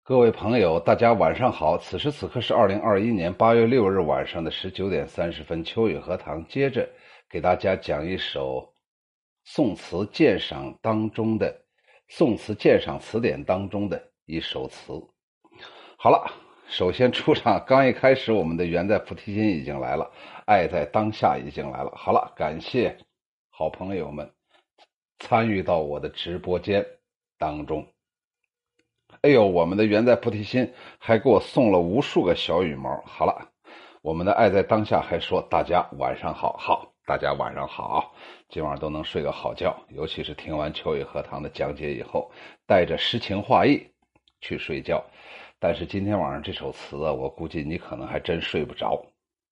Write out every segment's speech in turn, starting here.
各位朋友，大家晚上好。此时此刻是2021年8月6日晚上的19点30分。秋雨荷塘接着给大家讲一首宋词鉴赏词典当中的一首词。好了，首先出场，刚一开始我们的缘在菩提心已经来了，爱在当下已经来了。好了，感谢好朋友们参与到我的直播间当中。哎呦，我们的缘在菩提心还给我送了无数个小羽毛。好了，我们的爱在当下还说大家晚上好。好，大家晚上好，今晚都能睡个好觉，尤其是听完秋雨荷塘的讲解以后，带着诗情画意去睡觉。但是今天晚上这首词啊，我估计你可能还真睡不着。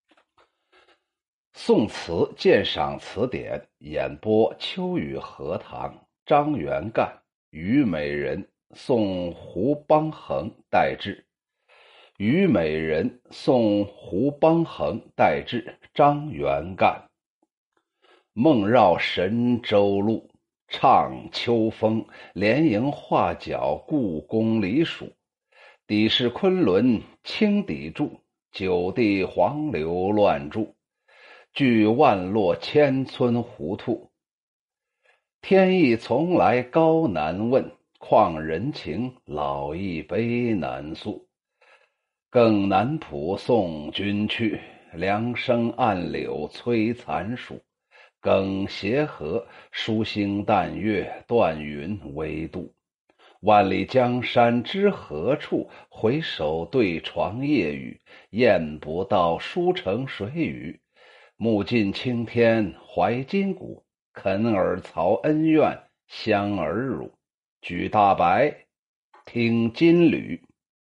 宋词鉴赏词典演播秋雨荷塘，张元干，虞美人，宋胡邦衡代制。虞美人，宋胡邦衡代制，张元干。梦绕神州路，唱秋风，连营画角，故宫里属。底是昆仑清砥柱，九地黄流乱注。据万落千村糊涂，天意从来高难问，况人情老一杯难诉。更难谱送君去，凉生暗柳催残暑。更协和疏星淡月，断云微度。万里江山知何处，回首对床夜雨。雁不到书城水雨，目尽青天怀今古。肯尔曹恩怨相儿辱，举大白听金缕。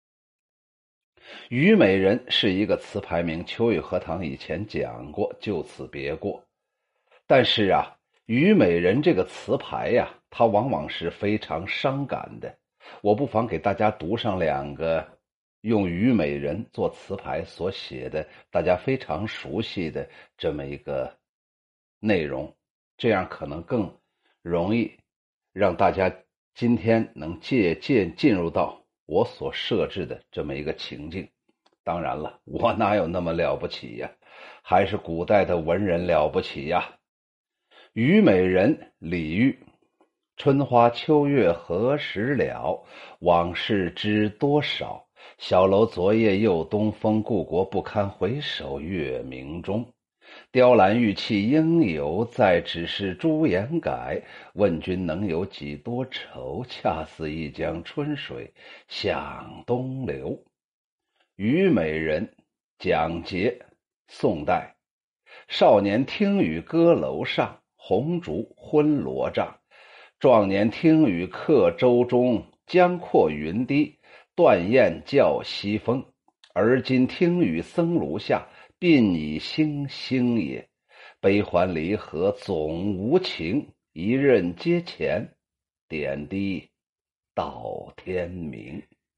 虞美人是一个词牌名，秋雨荷塘以前讲过，就此别过。但是啊，虞美人这个词牌呀，它往往是非常伤感的。我不妨给大家读上两个用虞美人做词牌所写的大家非常熟悉的这么一个内容，这样可能更容易让大家今天能借鉴进入到我所设置的这么一个情境。当然了，我哪有那么了不起呀，还是古代的文人了不起呀。虞美人，李煜。春花秋月何时了，往事知多少。小楼昨夜又东风，故国不堪回首月明中。雕栏玉砌应犹在，只是朱颜改。问君能有几多愁，恰似一江春水向东流。虞美人，蒋捷，宋代。少年听雨歌楼上，红烛昏罗帐。壮年听雨客舟中，江阔云低，断雁叫西风。而今听雨僧庐下，鬓已星星也。悲欢离合总无情，一任阶前，点滴到天明。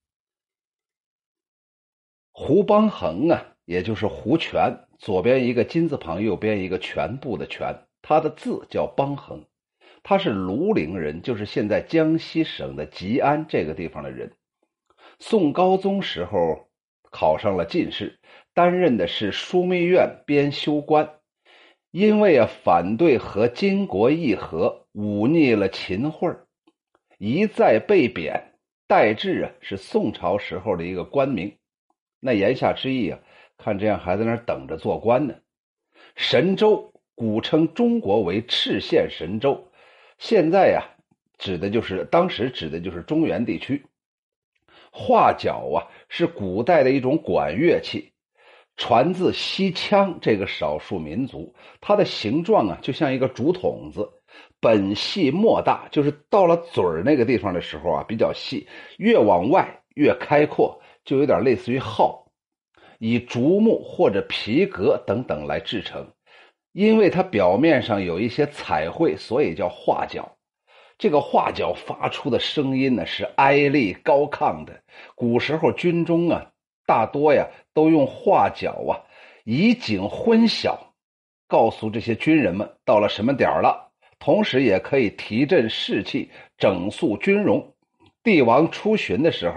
胡邦衡啊，也就是胡全，左边一个金字旁，右边一个全部的全，他的字叫邦衡。他是庐陵人，就是现在江西省的吉安这个地方的人。宋高宗时候考上了进士，担任的是枢密院编修官。因为反对和金国议和，忤逆了秦桧，一再被贬。代制是宋朝时候的一个官名，那言下之意看这样还在那儿等着做官呢。神州古称中国为赤县神州，现在当时指的就是中原地区。画角是古代的一种管乐器，传自西羌这个少数民族。它的形状就像一个竹筒子，本细末大，就是到了嘴儿那个地方的时候比较细，越往外越开阔，就有点类似于号，以竹木或者皮革等等来制成。因为它表面上有一些彩绘，所以叫画角。这个画角发出的声音是哀厉高亢的。古时候军中大多都用画角以警昏晓，告诉这些军人们到了什么点了，同时也可以提振士气，整肃军容。帝王出巡的时候，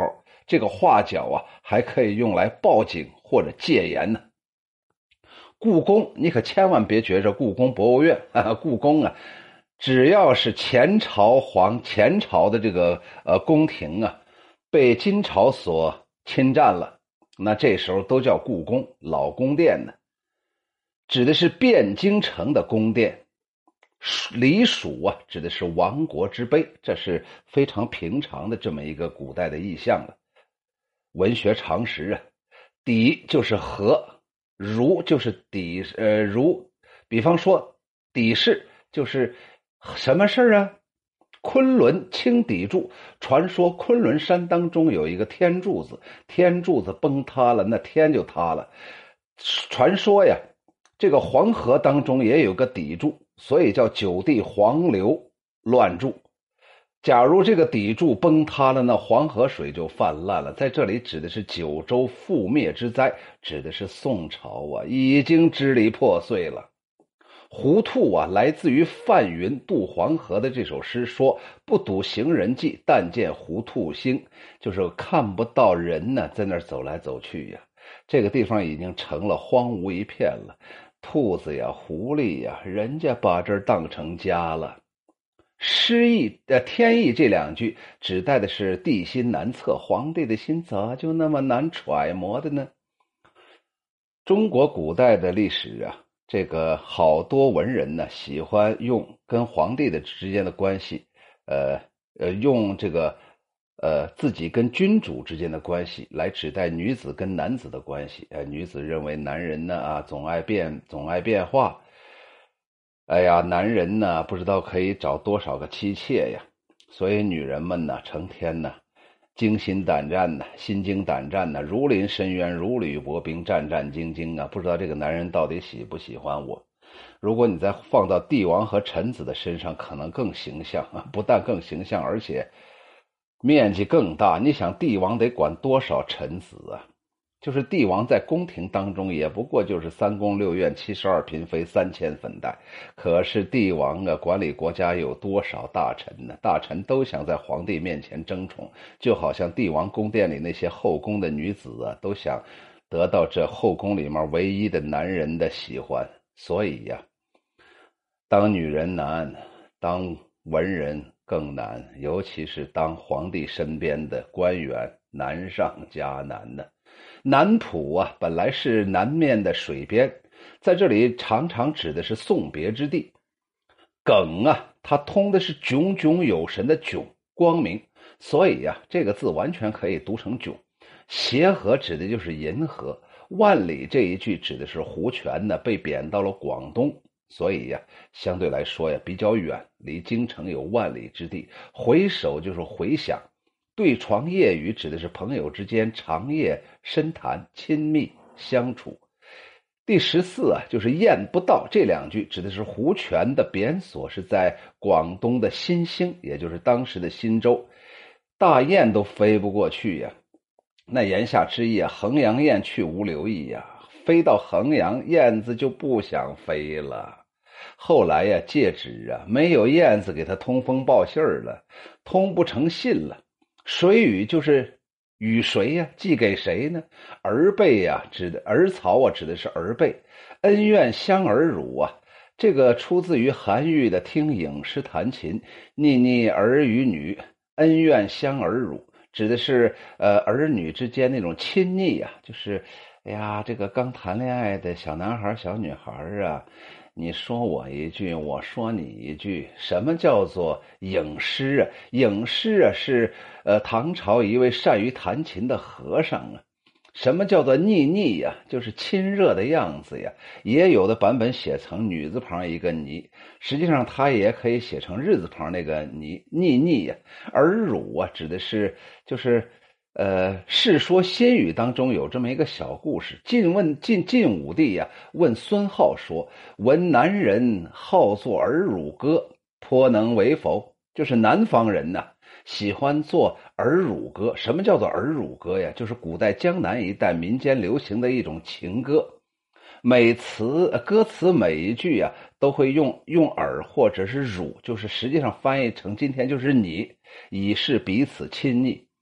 这个画角啊还可以用来报警或者戒严呢。故宫你可千万别觉着故宫博物院故宫啊，只要是前朝的这个宫廷啊被金朝所侵占了，那这时候都叫故宫老宫殿呢，指的是汴京城的宫殿。离蜀啊，指的是亡国之碑，这是非常平常的这么一个古代的意象了。文学常识啊，底就是和，如就是底，如，比方说底事就是什么事啊？昆仑清底柱，传说昆仑山当中有一个天柱子，天柱子崩塌了，那天就塌了。传说呀，这个黄河当中也有个砥柱，所以叫九地黄流乱注。假如这个砥柱崩塌了，那黄河水就泛滥了。在这里指的是九州覆灭之灾，指的是宋朝啊，已经支离破碎了。胡兔啊，来自于范云渡黄河的这首诗，说不睹行人迹，但见胡兔星，就是看不到人呢，在那儿走来走去呀。这个地方已经成了荒芜一片了，兔子呀、狐狸呀，人家把这儿当成家了。诗意天意这两句指代的是地心难测，皇帝的心咋就那么难揣摩的呢？中国古代的历史啊，这个好多文人呢喜欢用跟皇帝的之间的关系，用这个自己跟君主之间的关系来指代女子跟男子的关系。女子认为男人呢总爱变化，哎呀，男人呢不知道可以找多少个妻妾呀，所以女人们呢成天呢心惊胆战呢，如临深渊，如履薄冰，战战兢兢啊，不知道这个男人到底喜不喜欢我。如果你再放到帝王和臣子的身上，可能更形象啊，不但更形象，而且面积更大。你想帝王得管多少臣子啊？就是帝王在宫廷当中也不过就是3宫6院72嫔妃3000粉黛，可是帝王啊管理国家有多少大臣呢？大臣都想在皇帝面前争宠，就好像帝王宫殿里那些后宫的女子啊，都想得到这后宫里面唯一的男人的喜欢。所以呀，当女人难，当文人更难，尤其是当皇帝身边的官员，难上加难呢。南浦啊，本来是南面的水边，在这里常常指的是送别之地。赓啊，它通的是炯炯有神的炯，光明，所以啊，这个字完全可以读成炯。协和指的就是银河，万里这一句指的是胡权呢被贬到了广东，所以呀，相对来说呀比较远，离京城有万里之地。回首就是回想。对床夜语指的是朋友之间长夜深谈亲密相处。第14啊，就是雁不到，这两句指的是胡权的贬所是在广东的新兴，也就是当时的新州，大雁都飞不过去呀。那言下之意啊，衡阳雁去无留意呀，飞到衡阳，燕子就不想飞了。后来呀，戒指啊，没有燕子给他通风报信了，通不成信了。水语就是与谁呀？寄给谁呢？儿辈呀，指的儿曹啊，指的是儿辈。恩怨相儿辱啊，这个出自于韩愈的《听影诗弹琴》，腻腻儿与女，恩怨相儿辱，指的是儿女之间那种亲昵啊，就是哎呀，这个刚谈恋爱的小男孩小女孩啊，你说我一句，我说你一句。什么叫做影诗啊？影诗啊是唐朝一位善于弹琴的和尚啊。什么叫做腻腻呀？就是亲热的样子呀。也有的版本写成女字旁一个泥，实际上它也可以写成日字旁那个泥，腻腻呀。而辱啊，指的是就是世说新语当中有这么一个小故事。晋武帝呀问孙皓说：闻男人好作儿辱歌，颇能为否？就是南方人呐喜欢做儿辱歌。什么叫做儿辱歌呀？就是古代江南一带民间流行的一种情歌。歌词每一句啊都会用耳或者是辱，就是实际上翻译成今天就是你，以示彼此亲昵。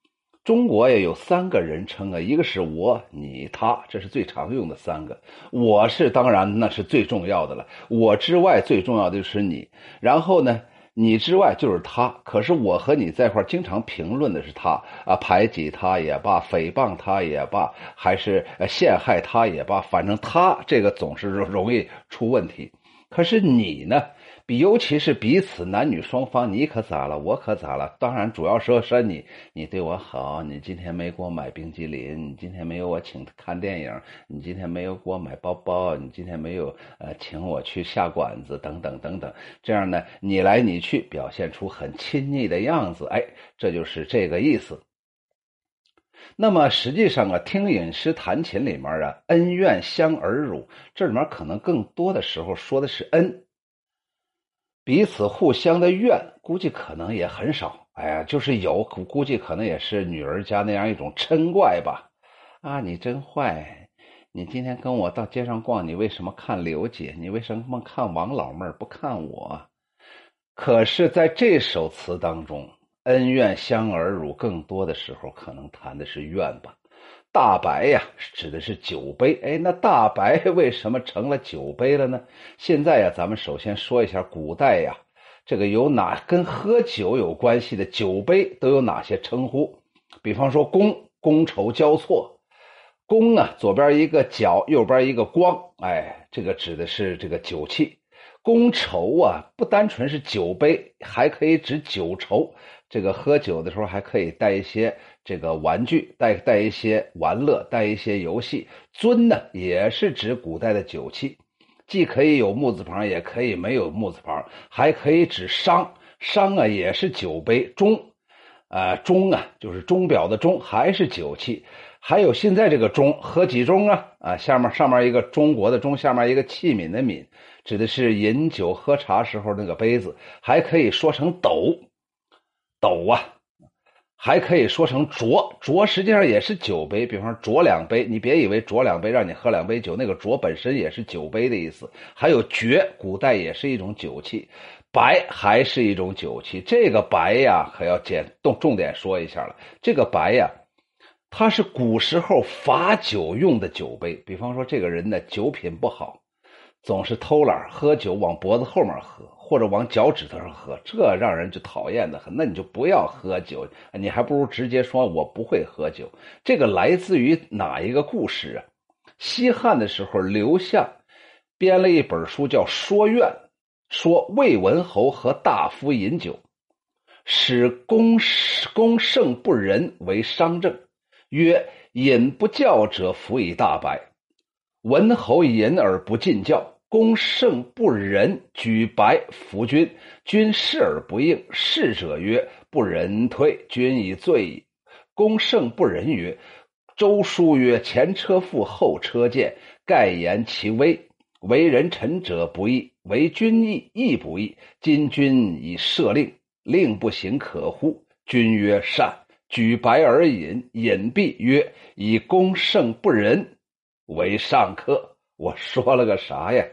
中国也有3个人称啊，一个是我、你、他，这是最常用的3个。我是当然那是最重要的了，我之外最重要的就是你。然后呢，你之外就是他。可是我和你在一块经常评论的是他啊，排挤他也罢，诽谤他也罢，还是陷害他也罢，反正他这个总是容易出问题。可是你呢？尤其是彼此男女双方，你可咋了？我可咋了？当然，主要说你对我好，你今天没给我买冰激凌，你今天没有我请看电影，你今天没有给我买包包，你今天没有请我去下馆子，等等等等。这样呢，你来你去，表现出很亲昵的样子，哎，这就是这个意思。那么实际上啊，听饮诗弹琴里面啊，恩怨相耳辱，这里面可能更多的时候说的是恩。彼此互相的怨，估计可能也很少。哎呀，就是有，估计可能也是女儿家那样一种嗔怪吧。啊，你真坏！你今天跟我到街上逛，你为什么看刘姐？你为什么看王老妹儿不看我？可是，在这首词当中，恩怨相耳辱，更多的时候可能谈的是怨吧。大白呀，指的是酒杯。哎，那大白为什么成了酒杯了呢？现在呀，咱们首先说一下古代呀，这个有哪跟喝酒有关系的酒杯都有哪些称呼？比方说觥筹交错，觥啊，左边一个角，右边一个光，哎，这个指的是这个酒器。觥筹啊，不单纯是酒杯，还可以指酒筹。这个喝酒的时候还可以带一些这个玩具，带一些玩乐，带一些游戏。樽呢，也是指古代的酒器，既可以有木字旁，也可以没有木字旁，还可以指商。商啊，也是酒杯。钟啊，就是钟表的钟，还是酒器。还有现在这个钟，喝几盅啊？上面一个中国的中，下面一个器皿的皿，指的是饮酒喝茶时候那个杯子。还可以说成斗啊，还可以说成酌实际上也是酒杯。比方说酌两杯，你别以为酌两杯让你喝2杯酒，那个酌本身也是酒杯的意思。还有爵，古代也是一种酒器。白还是一种酒器。这个白呀，可要重点说一下了。这个白呀，它是古时候罚酒用的酒杯。比方说这个人的酒品不好，总是偷懒喝酒，往脖子后面喝，或者往脚趾头上喝，这让人就讨厌的很。那你就不要喝酒，你还不如直接说我不会喝酒。这个来自于哪一个故事啊？西汉的时候，刘向编了一本书叫《说苑》，说魏文侯和大夫饮酒，使公胜不仁为商政，曰：饮不教者服以大白。文侯饮而不尽教，公胜不仁，举白服君。君视而不应，视者曰：不仁退，君以罪矣。公胜不仁曰：周书曰：前车覆，后车见，盖言其危。为人臣者不义，为君亦不义。今君以赦令，令不行可乎？君曰：善。举白而饮，饮毕曰：以公胜不仁为上客。我说了个啥呀？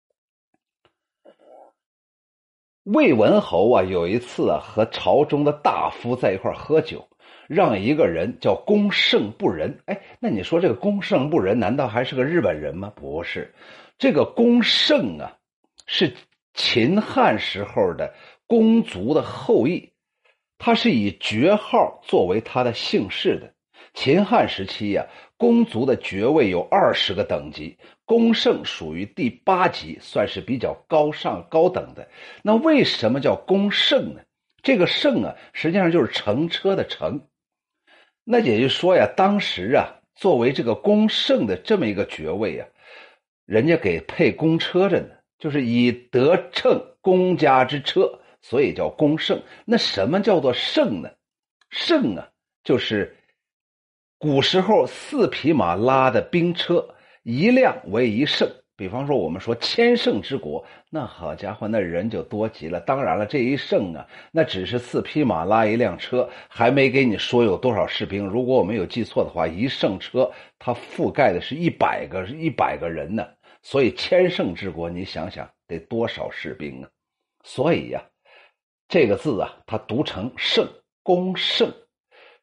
魏文侯啊，有一次啊，和朝中的大夫在一块喝酒，让一个人叫公胜不仁。哎，那你说这个公胜不仁难道还是个日本人吗？不是，这个公胜啊，是秦汉时候的公族的后裔，他是以爵号作为他的姓氏的。秦汉时期呀，公族的爵位有20个等级，公胜属于第8级，算是比较高等的。那为什么叫公胜呢？这个胜啊，实际上就是乘车的乘。那也就是说呀，当时啊，作为这个公胜的这么一个爵位啊，人家给配公车着呢，就是以得乘公家之车，所以叫公胜。那什么叫做胜呢？胜啊，就是古时候4匹马拉的兵车，一辆为一胜。比方说我们说千乘之国，那好家伙，那人就多极了。当然了，这一胜啊，那只是4匹马拉一辆车，还没给你说有多少士兵。如果我没有记错的话，一胜车它覆盖的是100个人呢。所以千乘之国，你想想得多少士兵啊？所以呀，这个字啊，它读成胜，公胜。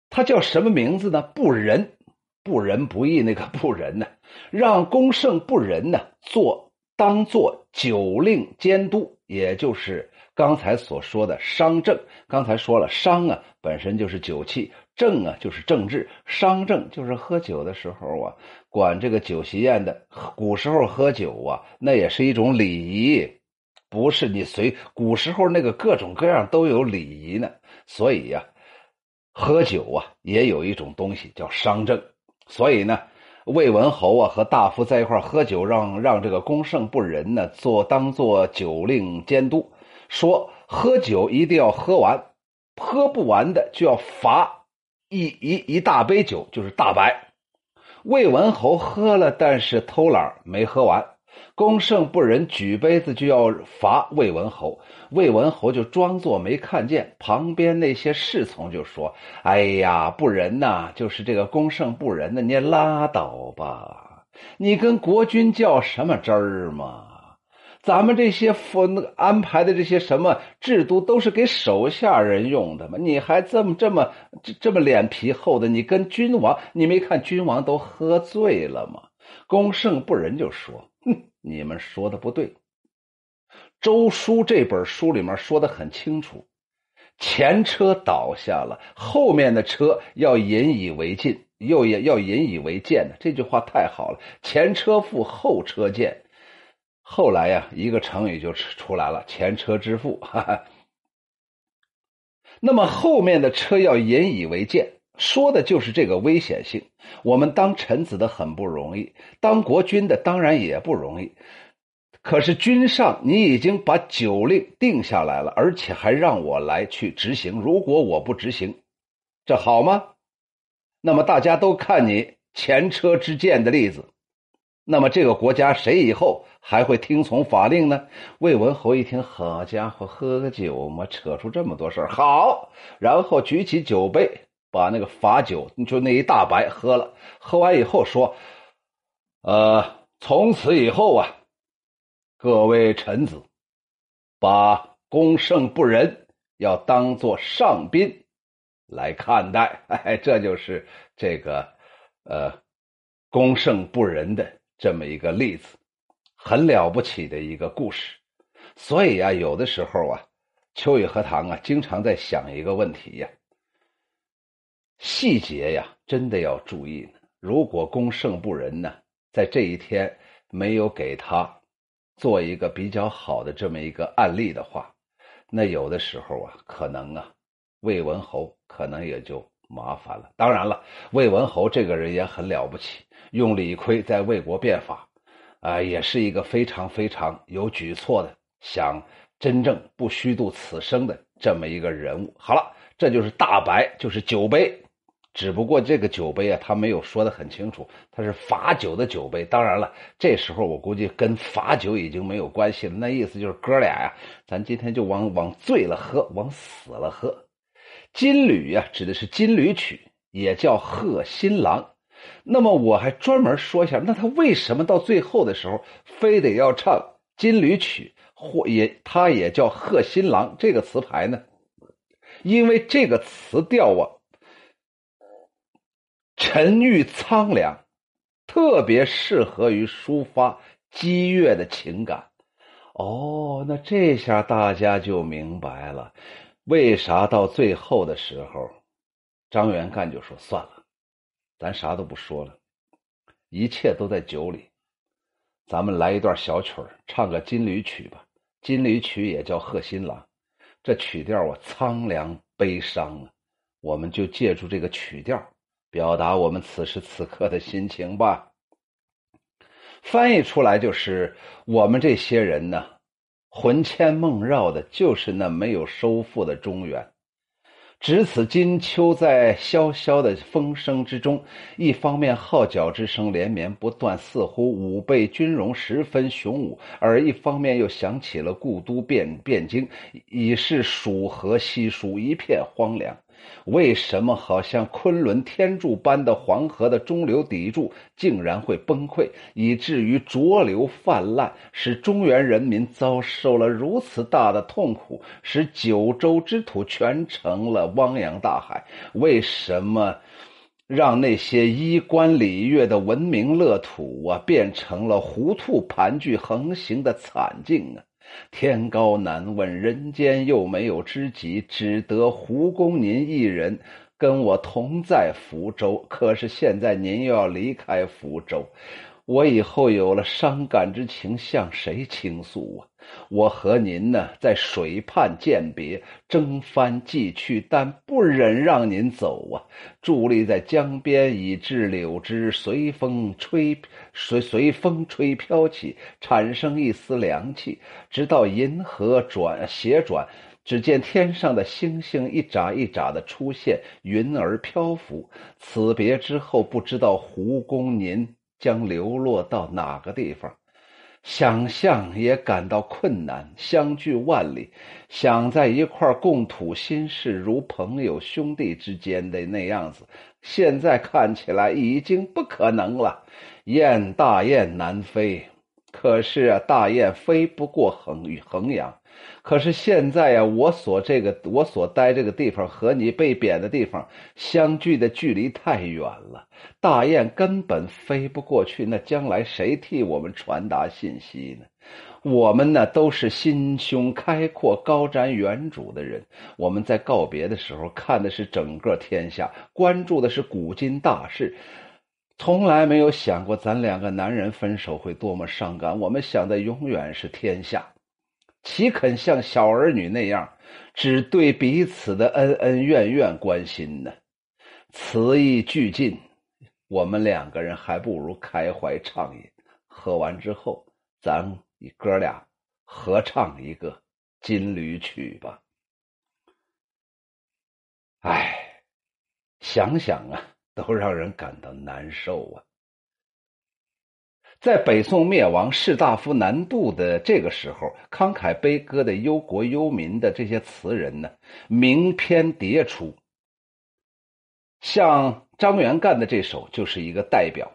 他叫什么名字呢？不仁，不仁不义那个不仁呢，让公胜不仁呢当做酒令监督，也就是刚才所说的商政。刚才说了，商啊本身就是酒器，政啊就是政治，商政就是喝酒的时候啊，管这个酒席宴的。古时候喝酒啊，那也是一种礼仪，不是你古时候那个各种各样都有礼仪呢。所以呀，喝酒啊也有一种东西叫商政。所以呢，魏文侯啊和大夫在一块喝酒，让这个公胜不仁呢当做酒令监督，说喝酒一定要喝完，喝不完的就要罚一大杯酒，就是大白。魏文侯喝了，但是偷懒没喝完，公胜不仁举杯子就要罚魏文侯，魏文侯就装作没看见，旁边那些侍从就说：哎呀，不仁呐，就是这个公胜不仁的，你拉倒吧，你跟国君较什么真儿嘛？咱们这些安排的这些什么制度都是给手下人用的嘛，你还这么脸皮厚的，你跟君王，你没看君王都喝醉了吗？公胜不仁就说：你们说的不对。周书这本书里面说的很清楚，前车倒下了，后面的车要引以为进，要引以为鉴的。这句话太好了，前车覆后车见。后来呀，一个成语就出来了，前车之覆。那么后面的车要引以为鉴，说的就是这个危险性。我们当臣子的很不容易，当国君的当然也不容易。可是君上，你已经把酒令定下来了，而且还让我来去执行。如果我不执行，这好吗？那么大家都看你前车之鉴的例子。那么这个国家谁以后还会听从法令呢？魏文侯一听，好家伙，喝个酒嘛，扯出这么多事儿，好，然后举起酒杯，把那个罚酒就那一大白喝了。喝完以后说：从此以后啊，各位臣子，把公胜不仁要当作上宾来看待。这就是这个公胜不仁的这么一个例子，很了不起的一个故事。所以啊，有的时候啊，秋雨荷塘啊经常在想一个问题呀，细节呀真的要注意呢。如果公胜不仁呢，在这一天没有给他做一个比较好的这么一个案例的话，那有的时候啊，可能啊，魏文侯可能也就麻烦了。当然了，魏文侯这个人也很了不起，用李悝在魏国变法，也是一个非常非常有举措的，想真正不虚度此生的这么一个人物。好了，这就是大白，就是酒杯。只不过这个酒杯啊，他没有说得很清楚，他是罚酒的酒杯。当然了，这时候我估计跟罚酒已经没有关系了，那意思就是哥俩呀，咱今天就往醉了喝，往死了喝。金缕呀，指的是金缕曲，也叫贺新郎。那么我还专门说一下，那他为什么到最后的时候非得要唱金缕曲，他也叫贺新郎这个词牌呢？因为这个词调啊，沉郁苍凉，特别适合于抒发激越的情感。那这下大家就明白了，为啥到最后的时候，张元干就说算了，咱啥都不说了，一切都在酒里，咱们来一段小曲儿，唱个金缕曲吧。金缕曲也叫贺新郎，这曲调啊苍凉悲伤啊，我们就借助这个曲调表达我们此时此刻的心情吧。翻译出来就是我们这些人呢，魂牵梦绕的就是那没有收复的中原。值此金秋，在萧萧的风声之中，一方面号角之声连绵不断，似乎武备军容十分雄武，而一方面又想起了故都汴京，已是蜀河西疏，一片荒凉。 为什么好像昆仑天柱般的黄河的中流砥柱竟然会崩溃，以至于浊流泛滥，使中原人民遭受了如此大的痛苦，使九州之土全成了汪洋大海？为什么让那些衣冠礼乐的文明乐土啊，变成了糊涂盘踞横行的惨境啊？天高难问，人间又没有知己，只得胡公您一人跟我同在福州。可是现在您又要离开福州，我以后有了伤感之情向谁倾诉啊？我和您呢，在水畔饯别，征帆寄去，但不忍让您走啊！伫立在江边，以致柳枝随风吹飘起，产生一丝凉气。直到银河斜转，只见天上的星星一眨一眨的出现，云儿漂浮。此别之后，不知道胡公您将流落到哪个地方。想象也感到困难，相距万里，想在一块共吐心事，如朋友兄弟之间的那样子，现在看起来已经不可能了。大雁难飞，可是啊，大雁飞不过衡阳。可是现在啊，我所待这个地方和你被贬的地方相距的距离太远了，大雁根本飞不过去，那将来谁替我们传达信息呢？我们呢，都是心胸开阔、高瞻远瞩的人，我们在告别的时候看的是整个天下，关注的是古今大事，从来没有想过咱两个男人分手会多么伤感，我们想的永远是天下，岂肯像小儿女那样只对彼此的恩恩怨怨关心呢？词意俱尽，我们两个人还不如开怀畅饮，喝完之后咱哥俩合唱一个金缕曲吧。想想啊，都让人感到难受啊。在北宋灭亡、士大夫难渡的这个时候，慷慨悲歌的忧国忧民的这些词人呢，名篇迭出。像张元干的这首就是一个代表。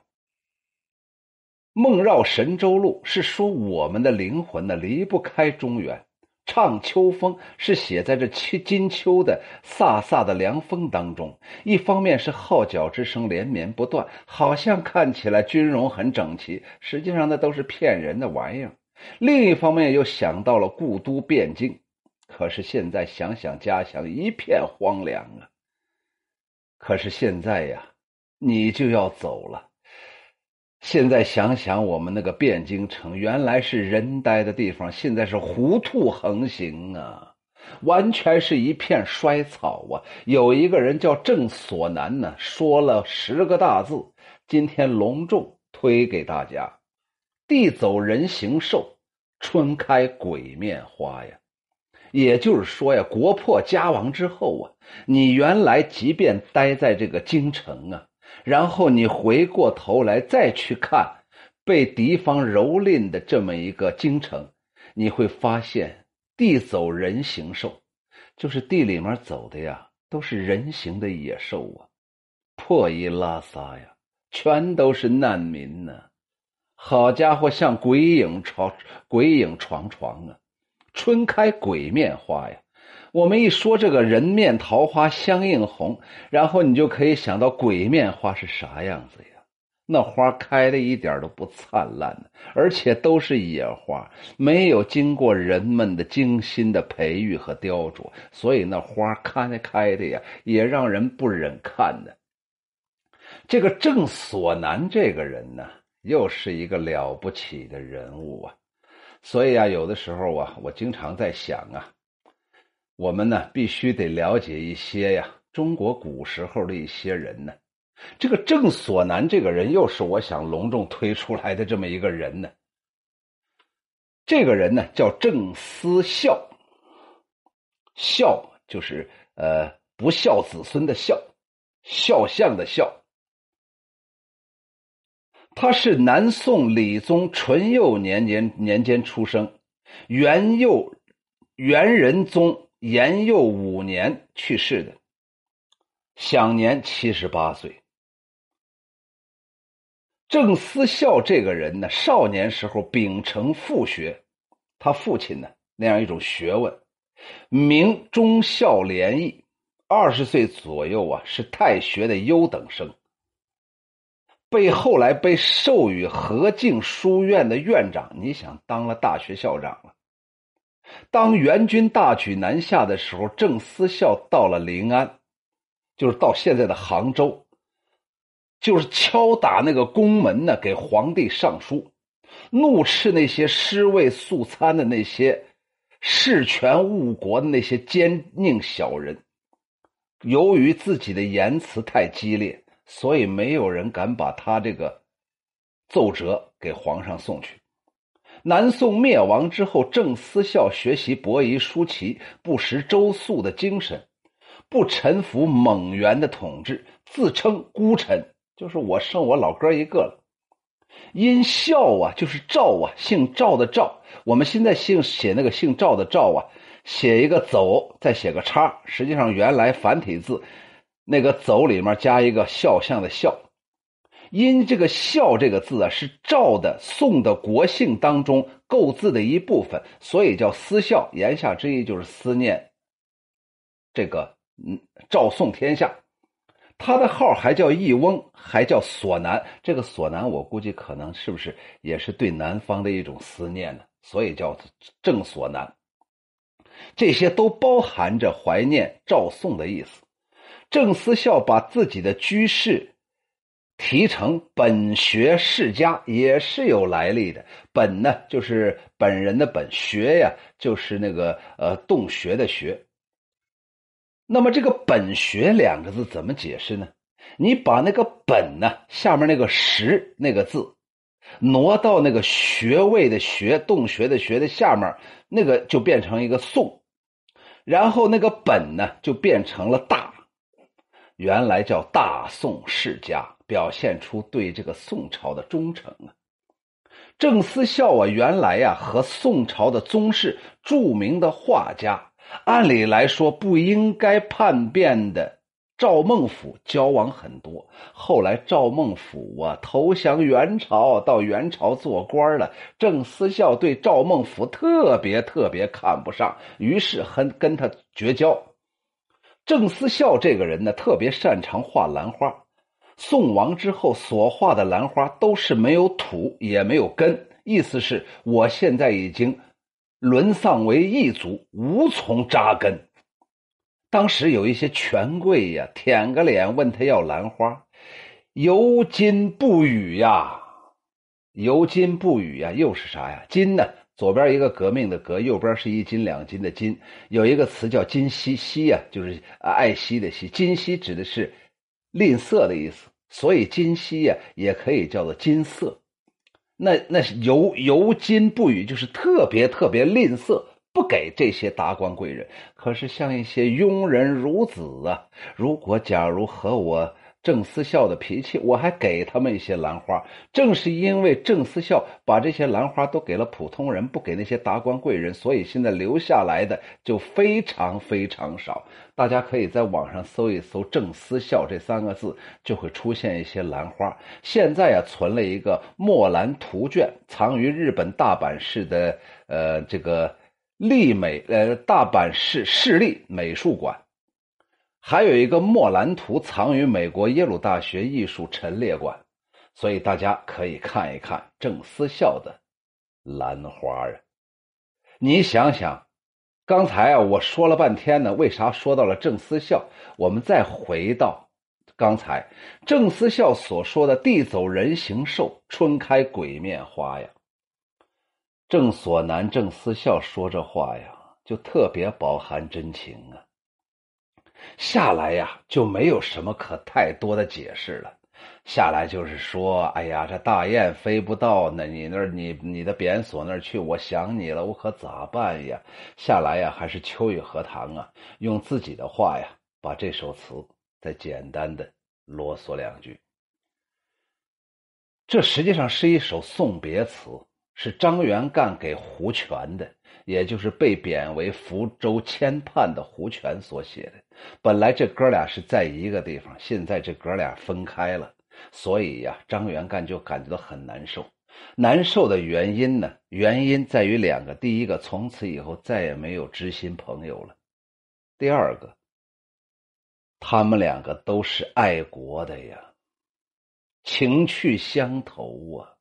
梦绕神州路是说我们的灵魂呢离不开中原，唱秋风是写在这金秋的飒飒的凉风当中，一方面是号角之声连绵不断，好像看起来军容很整齐，实际上那都是骗人的玩意儿。另一方面又想到了故都汴京，可是现在想想家乡一片荒凉啊。可是现在呀，你就要走了。现在想想我们那个汴京城，原来是人待的地方，现在是糊涂横行啊，完全是一片衰草啊。有一个人叫郑索南呢，说了10个大字，今天隆重推给大家：地走人行瘦，春开鬼面花呀。也就是说呀，国破家亡之后啊，你原来即便待在这个京城啊，然后你回过头来再去看被敌方蹂躏的这么一个京城，你会发现地走人行兽，就是地里面走的呀都是人形的野兽啊，破衣拉撒呀，全都是难民呢。好家伙，像鬼影幢幢啊，春开鬼面花呀。我们一说这个人面桃花相映红，然后你就可以想到鬼面花是啥样子呀。那花开的一点都不灿烂的，而且都是野花，没有经过人们的精心的培育和雕琢，所以那花开的呀也让人不忍看的。这个郑索南这个人呢，又是一个了不起的人物啊。所以啊，有的时候啊，我经常在想啊，我们呢必须得了解一些呀，中国古时候的一些人呢。这个郑索南这个人又是我想隆重推出来的这么一个人呢。这个人呢叫郑思孝，孝就是不孝子孙的孝，肖像的孝。他是南宋理宗淳佑年间出生，元仁宗延佑5年去世的。 享年78岁。郑思孝这个人呢，少年时候秉承父学，他父亲呢那样一种学问，明忠孝廉义，20岁左右啊是太学的优等生，后来被授予和敬书院的院长，你想当了大学校长了。当元军大举南下的时候，郑思孝到了临安，就是到现在的杭州，就是敲打那个宫门呢，给皇帝上书，怒斥那些尸位素餐的那些弑权误国的那些奸佞小人。由于自己的言辞太激烈，所以没有人敢把他这个奏折给皇上送去。南宋灭亡之后，郑思孝学习伯夷叔齐、不识周粟的精神，不臣服蒙元的统治，自称孤臣，就是我剩我老哥一个了。因孝啊，就是赵啊，姓赵的赵，我们现在写那个姓赵的赵啊，写一个走，再写个叉，实际上原来繁体字那个走里面加一个肖像的肖。因这个孝这个字啊，是赵的宋的国姓当中构字的一部分，所以叫思孝，言下之意就是思念这个赵宋天下。他的号还叫义翁，还叫索南，这个索南我估计可能是不是也是对南方的一种思念呢？所以叫郑索南。这些都包含着怀念赵宋的意思。郑思孝把自己的居士提成本学世家，也是有来历的。本呢就是本人的本，学呀就是那个洞穴的穴。那么这个本学两个字怎么解释呢？你把那个本呢下面那个实那个字挪到那个穴位的穴，洞穴的穴的下面，那个就变成一个宋，然后那个本呢就变成了大，原来叫大宋世家，表现出对这个宋朝的忠诚啊。郑思孝啊，原来啊和宋朝的宗室著名的画家，按理来说不应该叛变的赵孟頫交往很多。后来赵孟頫啊投降元朝，到元朝做官了，郑思孝对赵孟頫特别看不上，于是跟他绝交。郑思孝这个人呢，特别擅长画兰花。宋亡之后所画的兰花都是没有土也没有根，意思是我现在已经沦丧为异族，无从扎根。当时有一些权贵呀，舔个脸问他要兰花，犹今不语呀。犹今不语呀，又是啥呀？今呢，左边一个革命的革，右边是一斤两斤的斤，有一个词叫今惜，惜呀就是爱惜的惜，今惜指的是吝啬的意思，所以今惜呀也可以叫做金色。那是犹今不语，就是特别吝啬，不给这些达官贵人。可是像一些庸人孺子啊，假如和我郑思孝的脾气，我还给他们一些兰花。正是因为郑思孝把这些兰花都给了普通人，不给那些达官贵人，所以现在留下来的就非常少。大家可以在网上搜一搜郑思孝这3个字，就会出现一些兰花。现在啊存了一个墨兰图卷，藏于日本大阪市的这个大阪市市立美术馆。还有一个墨兰图藏于美国耶鲁大学艺术陈列馆，所以大家可以看一看郑思孝的兰花啊。你想想，刚才啊我说了半天呢，为啥说到了郑思孝？我们再回到刚才郑思孝所说的地走人行瘦，春开鬼面花呀。郑所南、郑思孝说这话呀，就特别饱含真情啊。下来呀就没有什么可太多的解释了，下来就是说，哎呀，这大雁飞不到你的贬所那儿去，我想你了，我可咋办呀？下来呀还是秋雨荷塘啊，用自己的话呀把这首词再简单的啰嗦2句。这实际上是一首送别词， 是张元干给胡全的，也就是被贬为福州签判的胡全所写的。本来这哥俩是在一个地方，现在这哥俩分开了，所以呀，张元干就感觉到很难受。难受的原因呢，原因在于两个：第一个，从此以后再也没有知心朋友了；第二个，他们两个都是爱国的呀，情趣相投啊。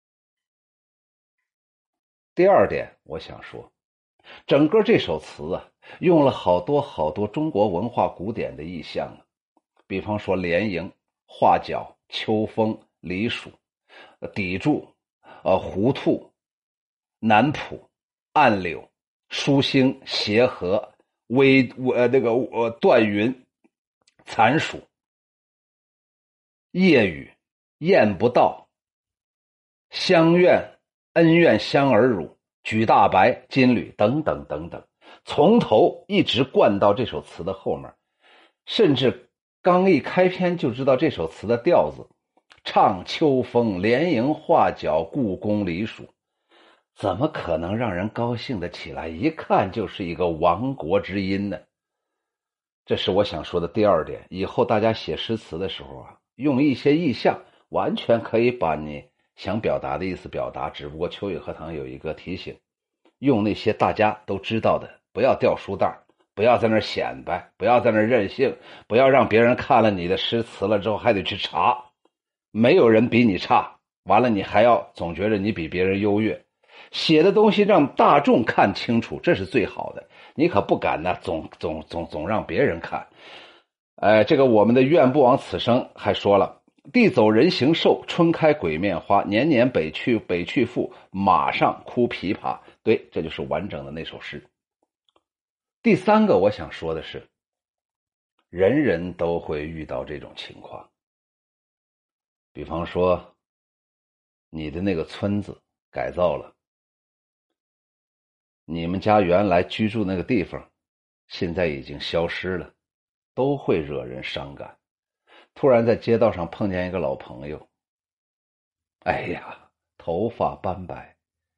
第二点，我想说，整个这首词啊，用了好多中国文化古典的意象啊，比方说连营、画角、秋风、离蜀、砥柱、糊兔、南浦、暗柳、疏星、协和、断云、残暑、夜雨、雁不到、相怨、恩怨相而辱、举大白、金缕等等等等，从头一直灌到这首词的后面，甚至刚一开篇就知道这首词的调子，唱秋风，连营画角，故宫离蜀，怎么可能让人高兴得起来？一看就是一个亡国之音呢。这是我想说的第二点，以后大家写诗词的时候啊，用一些意象，完全可以把你想表达的意思表达，只不过秋雨荷塘有一个提醒，用那些大家都知道的，不要掉书袋，不要在那儿显摆，不要在那儿任性，不要让别人看了你的诗词了之后还得去查，没有人比你差，完了你还要总觉得你比别人优越，写的东西让大众看清楚，这是最好的，你可不敢呢总让别人看。这个我们的愿不枉此生还说了，地走人行瘦，春开鬼面花，年年北去复，马上哭琵琶。对，这就是完整的那首诗。第三个我想说的是，人人都会遇到这种情况，比方说你的那个村子改造了，你们家原来居住那个地方现在已经消失了，都会惹人伤感。突然在街道上碰见一个老朋友，哎呀，头发斑白，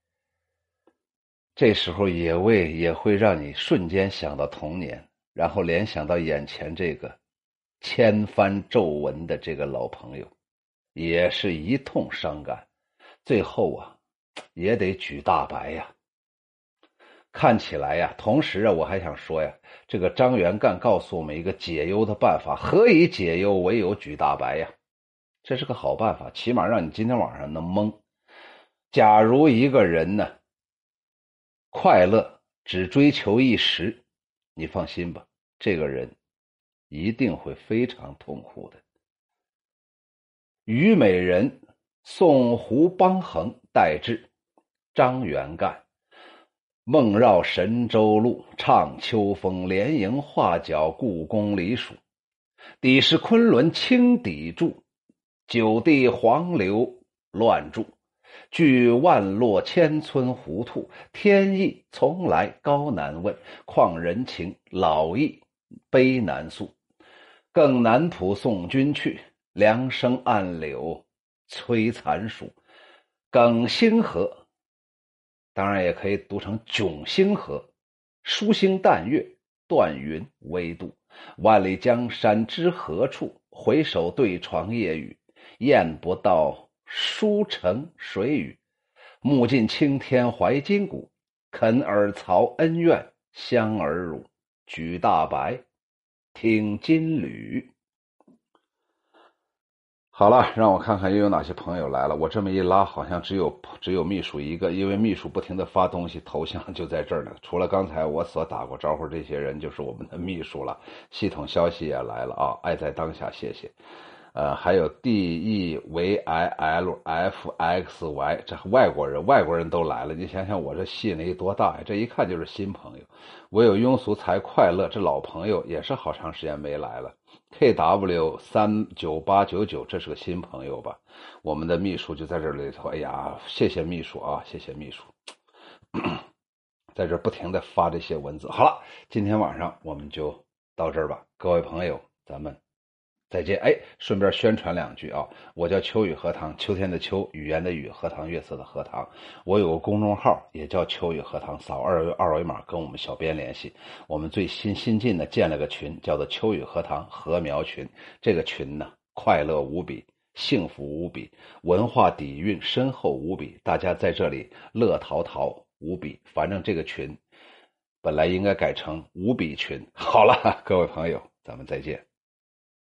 这时候也会让你瞬间想到童年，然后联想到眼前这个千帆皱纹的这个老朋友，也是一通伤感，最后啊也得举大白呀。看起来呀，同时啊，我还想说呀，这个张元干告诉我们一个解忧的办法，何以解忧，唯有举大白呀。这是个好办法，起码让你今天晚上能懵。假如一个人呢，快乐只追求一时，你放心吧，这个人一定会非常痛苦的。虞美人，宋胡邦衡代制，张元干。梦绕神州路，唱秋风，连营画角，故宫离蜀。底是昆仑清砥柱，九地黄流乱注。据万落千村糊涂，天意从来高难问。况人情老易悲难诉，更难谱送君去。凉生暗柳催残暑，耿星河。当然也可以读成迥星河，疏星淡月，断云微度。万里江山知何处？回首对床夜雨。雁不到，书成水雨。目尽青天怀金骨，肯尔曹恩怨相而辱。举大白，听金缕。好了，让我看看又有哪些朋友来了。我这么一拉，好像只有秘书一个，因为秘书不停的发东西，头像就在这儿呢。除了刚才我所打过招呼这些人，就是我们的秘书了。系统消息也来了啊，爱在当下，谢谢。还有 DEVILFXY， 这外国人都来了。你想想我这吸引力多大呀！这一看就是新朋友。唯有庸俗才快乐，这老朋友也是好长时间没来了。KW39899，这是个新朋友吧？我们的秘书就在这里头。哎呀，谢谢秘书啊，谢谢秘书，在这不停的发这些文字。好了，今天晚上我们就到这儿吧，各位朋友，咱们再见。哎，顺便宣传两句啊，我叫秋雨荷塘，秋天的秋，语言的语，荷塘月色的荷塘。我有个公众号，也叫秋雨荷塘，扫二维码跟我们小编联系。我们最新进的建了个群，叫做秋雨荷塘禾苗群。这个群呢，快乐无比，幸福无比，文化底蕴深厚无比，大家在这里乐淘淘无比。反正这个群本来应该改成无比群。好了，各位朋友，咱们再见。